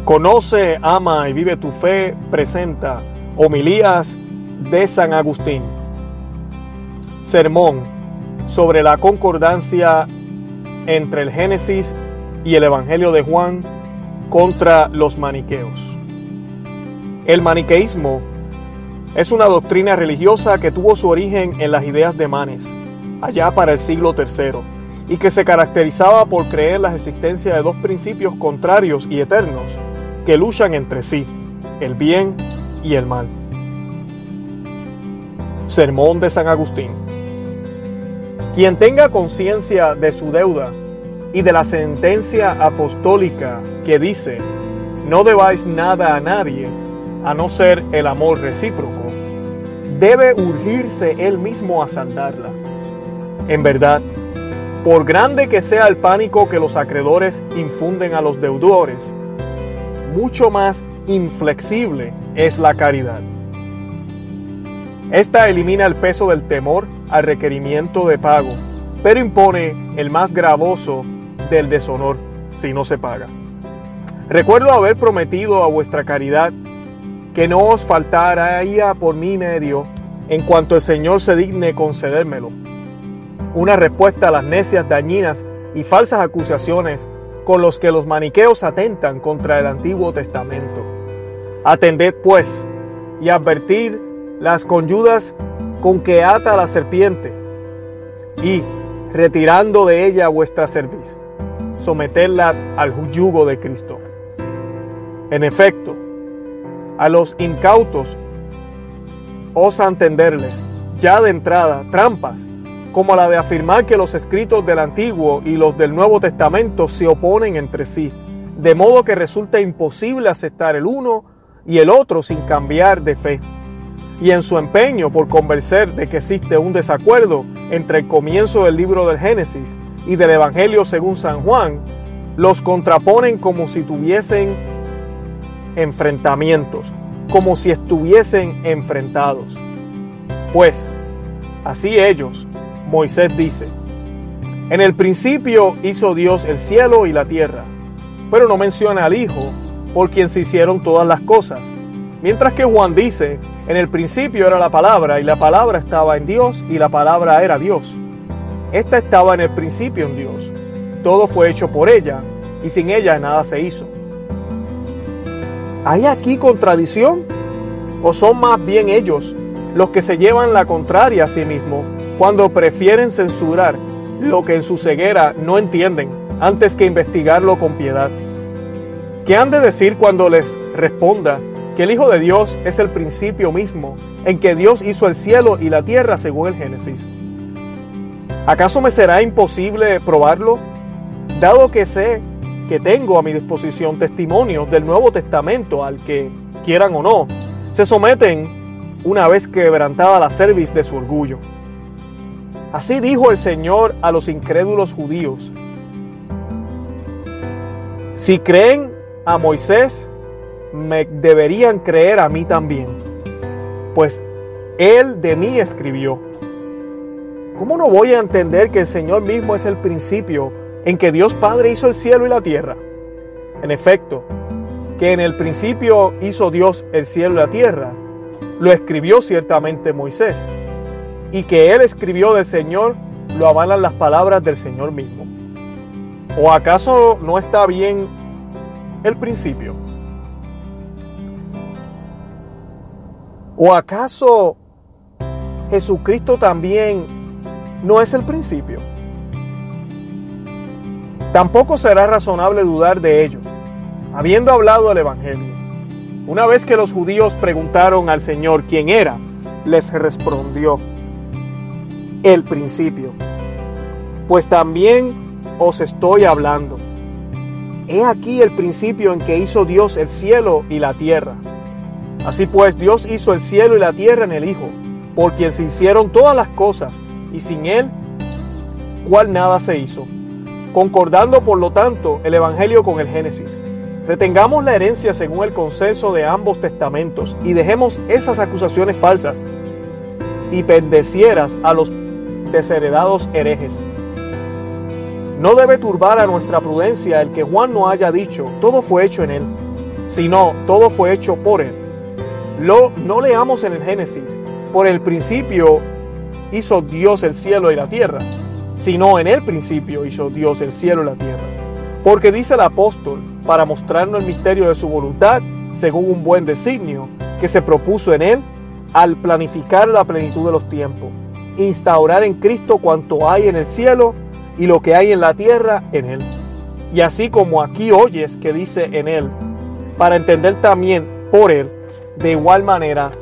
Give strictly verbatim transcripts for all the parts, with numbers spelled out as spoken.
Conoce, ama y vive tu fe presenta Homilías de San Agustín. Sermón sobre la concordancia entre el Génesis y el Evangelio de Juan contra los maniqueos. El maniqueísmo es una doctrina religiosa que tuvo su origen en las ideas de Manes, allá para el siglo tercero, y que se caracterizaba por creer en la existencia de dos principios contrarios y eternos que luchan entre sí, el bien y el mal. Sermón de San Agustín. Quien tenga conciencia de su deuda y de la sentencia apostólica que dice: no debáis nada a nadie, a no ser el amor recíproco, debe urgirse él mismo a saldarla. En verdad, por grande que sea el pánico que los acreedores infunden a los deudores, mucho más inflexible es la caridad. Esta elimina el peso del temor al requerimiento de pago, pero impone el más gravoso del deshonor si no se paga. Recuerdo haber prometido a vuestra caridad que no os faltaría por mi medio, en cuanto el Señor se digne concedérmelo, una respuesta a las necias, dañinas y falsas acusaciones con los que los maniqueos atentan contra el Antiguo Testamento. Atended pues y advertid las conyudas con que ata la serpiente, y, retirando de ella vuestra cerviz, sometedla al yugo de Cristo. En efecto, a los incautos osan tenderles, ya de entrada, trampas, como la de afirmar que los escritos del Antiguo y los del Nuevo Testamento se oponen entre sí, de modo que resulta imposible aceptar el uno y el otro sin cambiar de fe. Y en su empeño por convencer de que existe un desacuerdo entre el comienzo del libro del Génesis y del Evangelio según San Juan, los contraponen como si tuviesen enfrentamientos, como si estuviesen enfrentados. Pues, así ellos, Moisés dice: en el principio hizo Dios el cielo y la tierra, pero no menciona al Hijo, por quien se hicieron todas las cosas. Mientras que Juan dice: en el principio era la palabra, y la palabra estaba en Dios, y la palabra era Dios. Esta estaba en el principio en Dios. Todo fue hecho por ella, y sin ella nada se hizo. ¿Hay aquí contradicción? ¿O son más bien ellos los que se llevan la contraria a sí mismos cuando prefieren censurar lo que en su ceguera no entienden antes que investigarlo con piedad? ¿Qué han de decir cuando les responda que el Hijo de Dios es el principio mismo en que Dios hizo el cielo y la tierra según el Génesis? ¿Acaso me será imposible probarlo, dado que sé que tengo a mi disposición testimonios del Nuevo Testamento al que, quieran o no, se someten una vez quebrantada la cerviz de su orgullo? Así dijo el Señor a los incrédulos judíos: si creen a Moisés, me deberían creer a mí también, pues él de mí escribió. ¿Cómo no voy a entender que el Señor mismo es el principio en que Dios Padre hizo el cielo y la tierra? En efecto, que en el principio hizo Dios el cielo y la tierra, lo escribió ciertamente Moisés, y que él escribió del Señor lo avalan las palabras del Señor mismo. ¿O acaso no está bien el principio? ¿O acaso Jesucristo también no es el principio? Tampoco será razonable dudar de ello, habiendo hablado del Evangelio. Una vez que los judíos preguntaron al Señor quién era, les respondió: el principio. Pues también os estoy hablando. He aquí el principio en que hizo Dios el cielo y la tierra. Así pues, Dios hizo el cielo y la tierra en el Hijo, por quien se hicieron todas las cosas, y sin Él, cual nada se hizo. Concordando, por lo tanto, el Evangelio con el Génesis. Retengamos la herencia según el consenso de ambos testamentos y dejemos esas acusaciones falsas y bendecieras a los desheredados herejes. No debe turbar a nuestra prudencia el que Juan no haya dicho: todo fue hecho en él. sino todo fue hecho por Él. Lo, no leamos en el Génesis, por el principio hizo Dios el cielo y la tierra, sino en el principio hizo Dios el cielo y la tierra. Porque dice el apóstol, para mostrarnos el misterio de su voluntad, según un buen designio, que se propuso en Él, al planificar la plenitud de los tiempos, instaurar en Cristo cuanto hay en el cielo y lo que hay en la tierra en Él. Y así como aquí oyes que dice en Él, para entender también por Él, de igual manera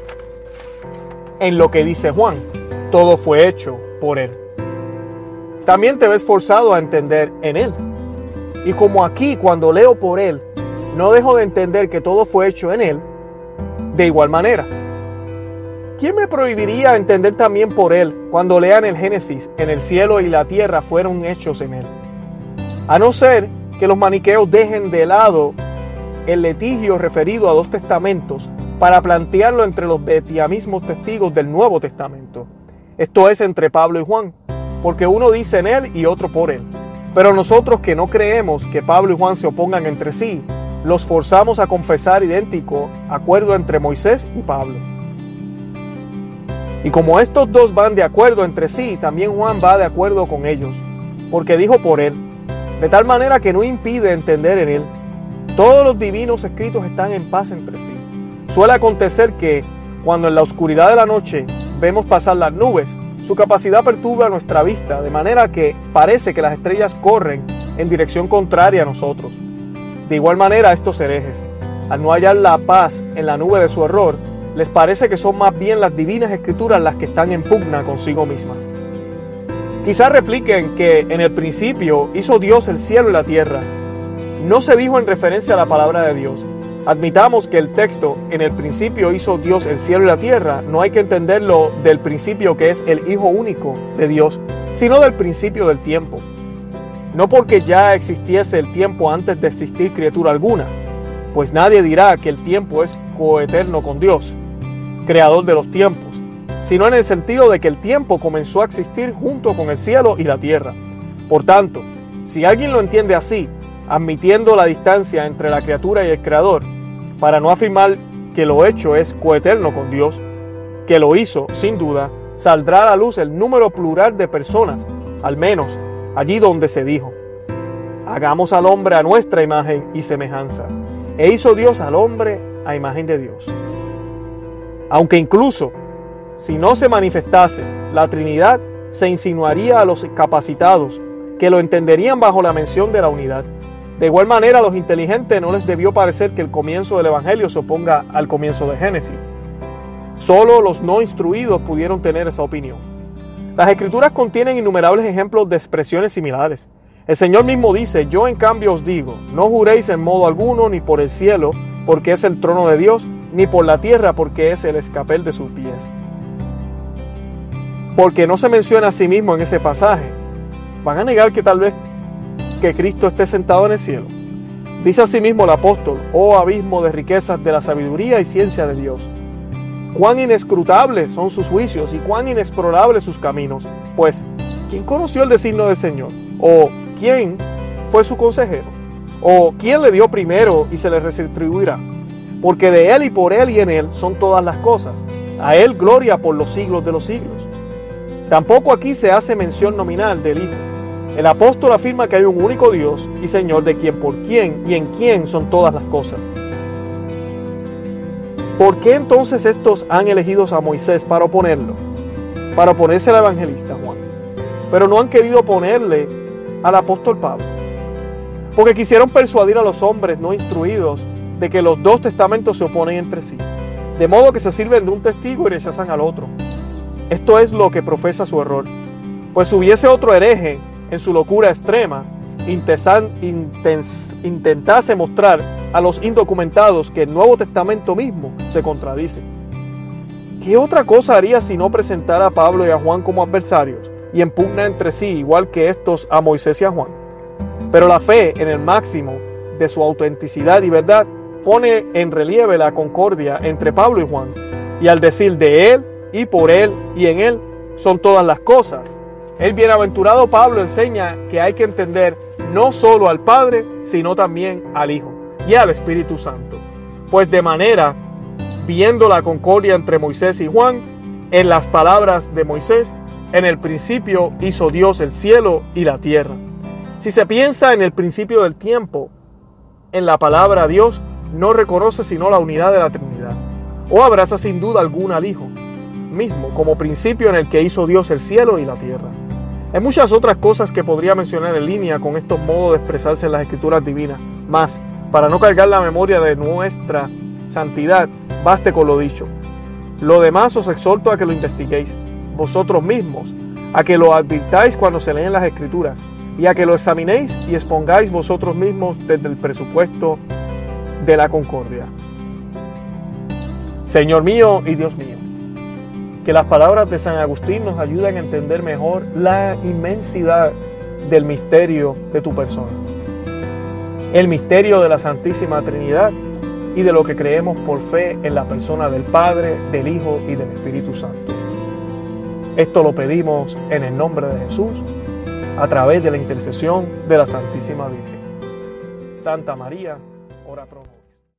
en lo que dice Juan, todo fue hecho por Él. También te ves forzado a entender en Él. Y como aquí cuando leo por Él, no dejo de entender que todo fue hecho en Él, de igual manera. ¿Quién me prohibiría entender también por Él cuando lean el Génesis, en el cielo y la tierra fueron hechos en Él? A no ser que los maniqueos dejen de lado el litigio referido a dos testamentos para plantearlo entre los mismos testigos del Nuevo Testamento. Esto es entre Pablo y Juan, porque uno dice en Él y otro por Él. Pero nosotros que no creemos que Pablo y Juan se opongan entre sí, los forzamos a confesar idéntico acuerdo entre Moisés y Pablo. Y como estos dos van de acuerdo entre sí, también Juan va de acuerdo con ellos, porque dijo por Él, de tal manera que no impide entender en Él. Todos los divinos escritos están en paz entre sí. Suele acontecer que, cuando en la oscuridad de la noche vemos pasar las nubes, su capacidad perturba nuestra vista, de manera que parece que las estrellas corren en dirección contraria a nosotros. De igual manera, estos herejes, al no hallar la paz en la nube de su error, les parece que son más bien las divinas escrituras las que están en pugna consigo mismas. Quizás repliquen que en el principio hizo Dios el cielo y la tierra. No se dijo en referencia a la palabra de Dios. Admitamos que el texto, en el principio hizo Dios el cielo y la tierra, no hay que entenderlo del principio que es el Hijo único de Dios, sino del principio del tiempo. No porque ya existiese el tiempo antes de existir criatura alguna, pues nadie dirá que el tiempo es coeterno con Dios, creador de los tiempos, sino en el sentido de que el tiempo comenzó a existir junto con el cielo y la tierra. Por tanto, si alguien lo entiende así, admitiendo la distancia entre la criatura y el creador, para no afirmar que lo hecho es coeterno con Dios, que lo hizo, sin duda, saldrá a la luz el número plural de personas, al menos allí donde se dijo, hagamos al hombre a nuestra imagen y semejanza. E hizo Dios al hombre a imagen de Dios. Aunque incluso, si no se manifestase la Trinidad, se insinuaría a los capacitados, que lo entenderían bajo la mención de la unidad. De igual manera, a los inteligentes no les debió parecer que el comienzo del Evangelio se oponga al comienzo de Génesis. Solo los no instruidos pudieron tener esa opinión. Las Escrituras contienen innumerables ejemplos de expresiones similares. El Señor mismo dice, yo en cambio os digo, no juréis en modo alguno ni por el cielo, porque es el trono de Dios, ni por la tierra, porque es el escapel de sus pies. Porque no se menciona a sí mismo en ese pasaje. Van a negar que tal vez que Cristo esté sentado en el cielo. Dice asimismo el apóstol, oh abismo de riquezas de la sabiduría y ciencia de Dios. Cuán inescrutables son sus juicios y cuán inexplorables sus caminos. Pues, ¿quién conoció el designio del Señor? ¿O quién fue su consejero? ¿O quién le dio primero y se le retribuirá? Porque de Él y por Él y en Él son todas las cosas. A Él gloria por los siglos de los siglos. Tampoco aquí se hace mención nominal del Hijo. El apóstol afirma que hay un único Dios y Señor de quien, por quien y en quien son todas las cosas. ¿Por qué entonces estos han elegido a Moisés para oponerlo? Para oponerse al evangelista Juan. Pero no han querido oponerle al apóstol Pablo. Porque quisieron persuadir a los hombres no instruidos de que los dos testamentos se oponen entre sí. De modo que se sirven de un testigo y rechazan al otro. Esto es lo que profesa su error. Pues si hubiese otro hereje en su locura extrema, intensan, intens, intentase mostrar a los indocumentados que el Nuevo Testamento mismo se contradice. ¿Qué otra cosa haría si no presentara a Pablo y a Juan como adversarios y en pugna entre sí, igual que estos a Moisés y a Juan? Pero la fe en el máximo de su autenticidad y verdad pone en relieve la concordia entre Pablo y Juan, y al decir de él y por él y en él son todas las cosas, el bienaventurado Pablo enseña que hay que entender no solo al Padre, sino también al Hijo. y al Espíritu Santo. Pues de manera, viendo la concordia entre Moisés y Juan, en las palabras de Moisés, en el principio hizo Dios el cielo y la tierra. Si se piensa en el principio del tiempo, en la palabra Dios no reconoce sino la unidad de la Trinidad, o abraza sin duda alguna al Hijo mismo como principio en el que hizo Dios el cielo y la tierra. Hay muchas otras cosas que podría mencionar en línea con estos modos de expresarse en las Escrituras divinas, mas para no cargar la memoria de nuestra santidad, baste con lo dicho. Lo demás os exhorto a que lo investiguéis vosotros mismos, a que lo advirtáis cuando se leen las Escrituras, y a que lo examinéis y expongáis vosotros mismos desde el presupuesto de la concordia. Señor mío y Dios mío, que las palabras de San Agustín nos ayuden a entender mejor la inmensidad del misterio de tu persona, el misterio de la Santísima Trinidad y de lo que creemos por fe en la persona del Padre, del Hijo y del Espíritu Santo. Esto lo pedimos en el nombre de Jesús, a través de la intercesión de la Santísima Virgen. Santa María, ora pro nobis.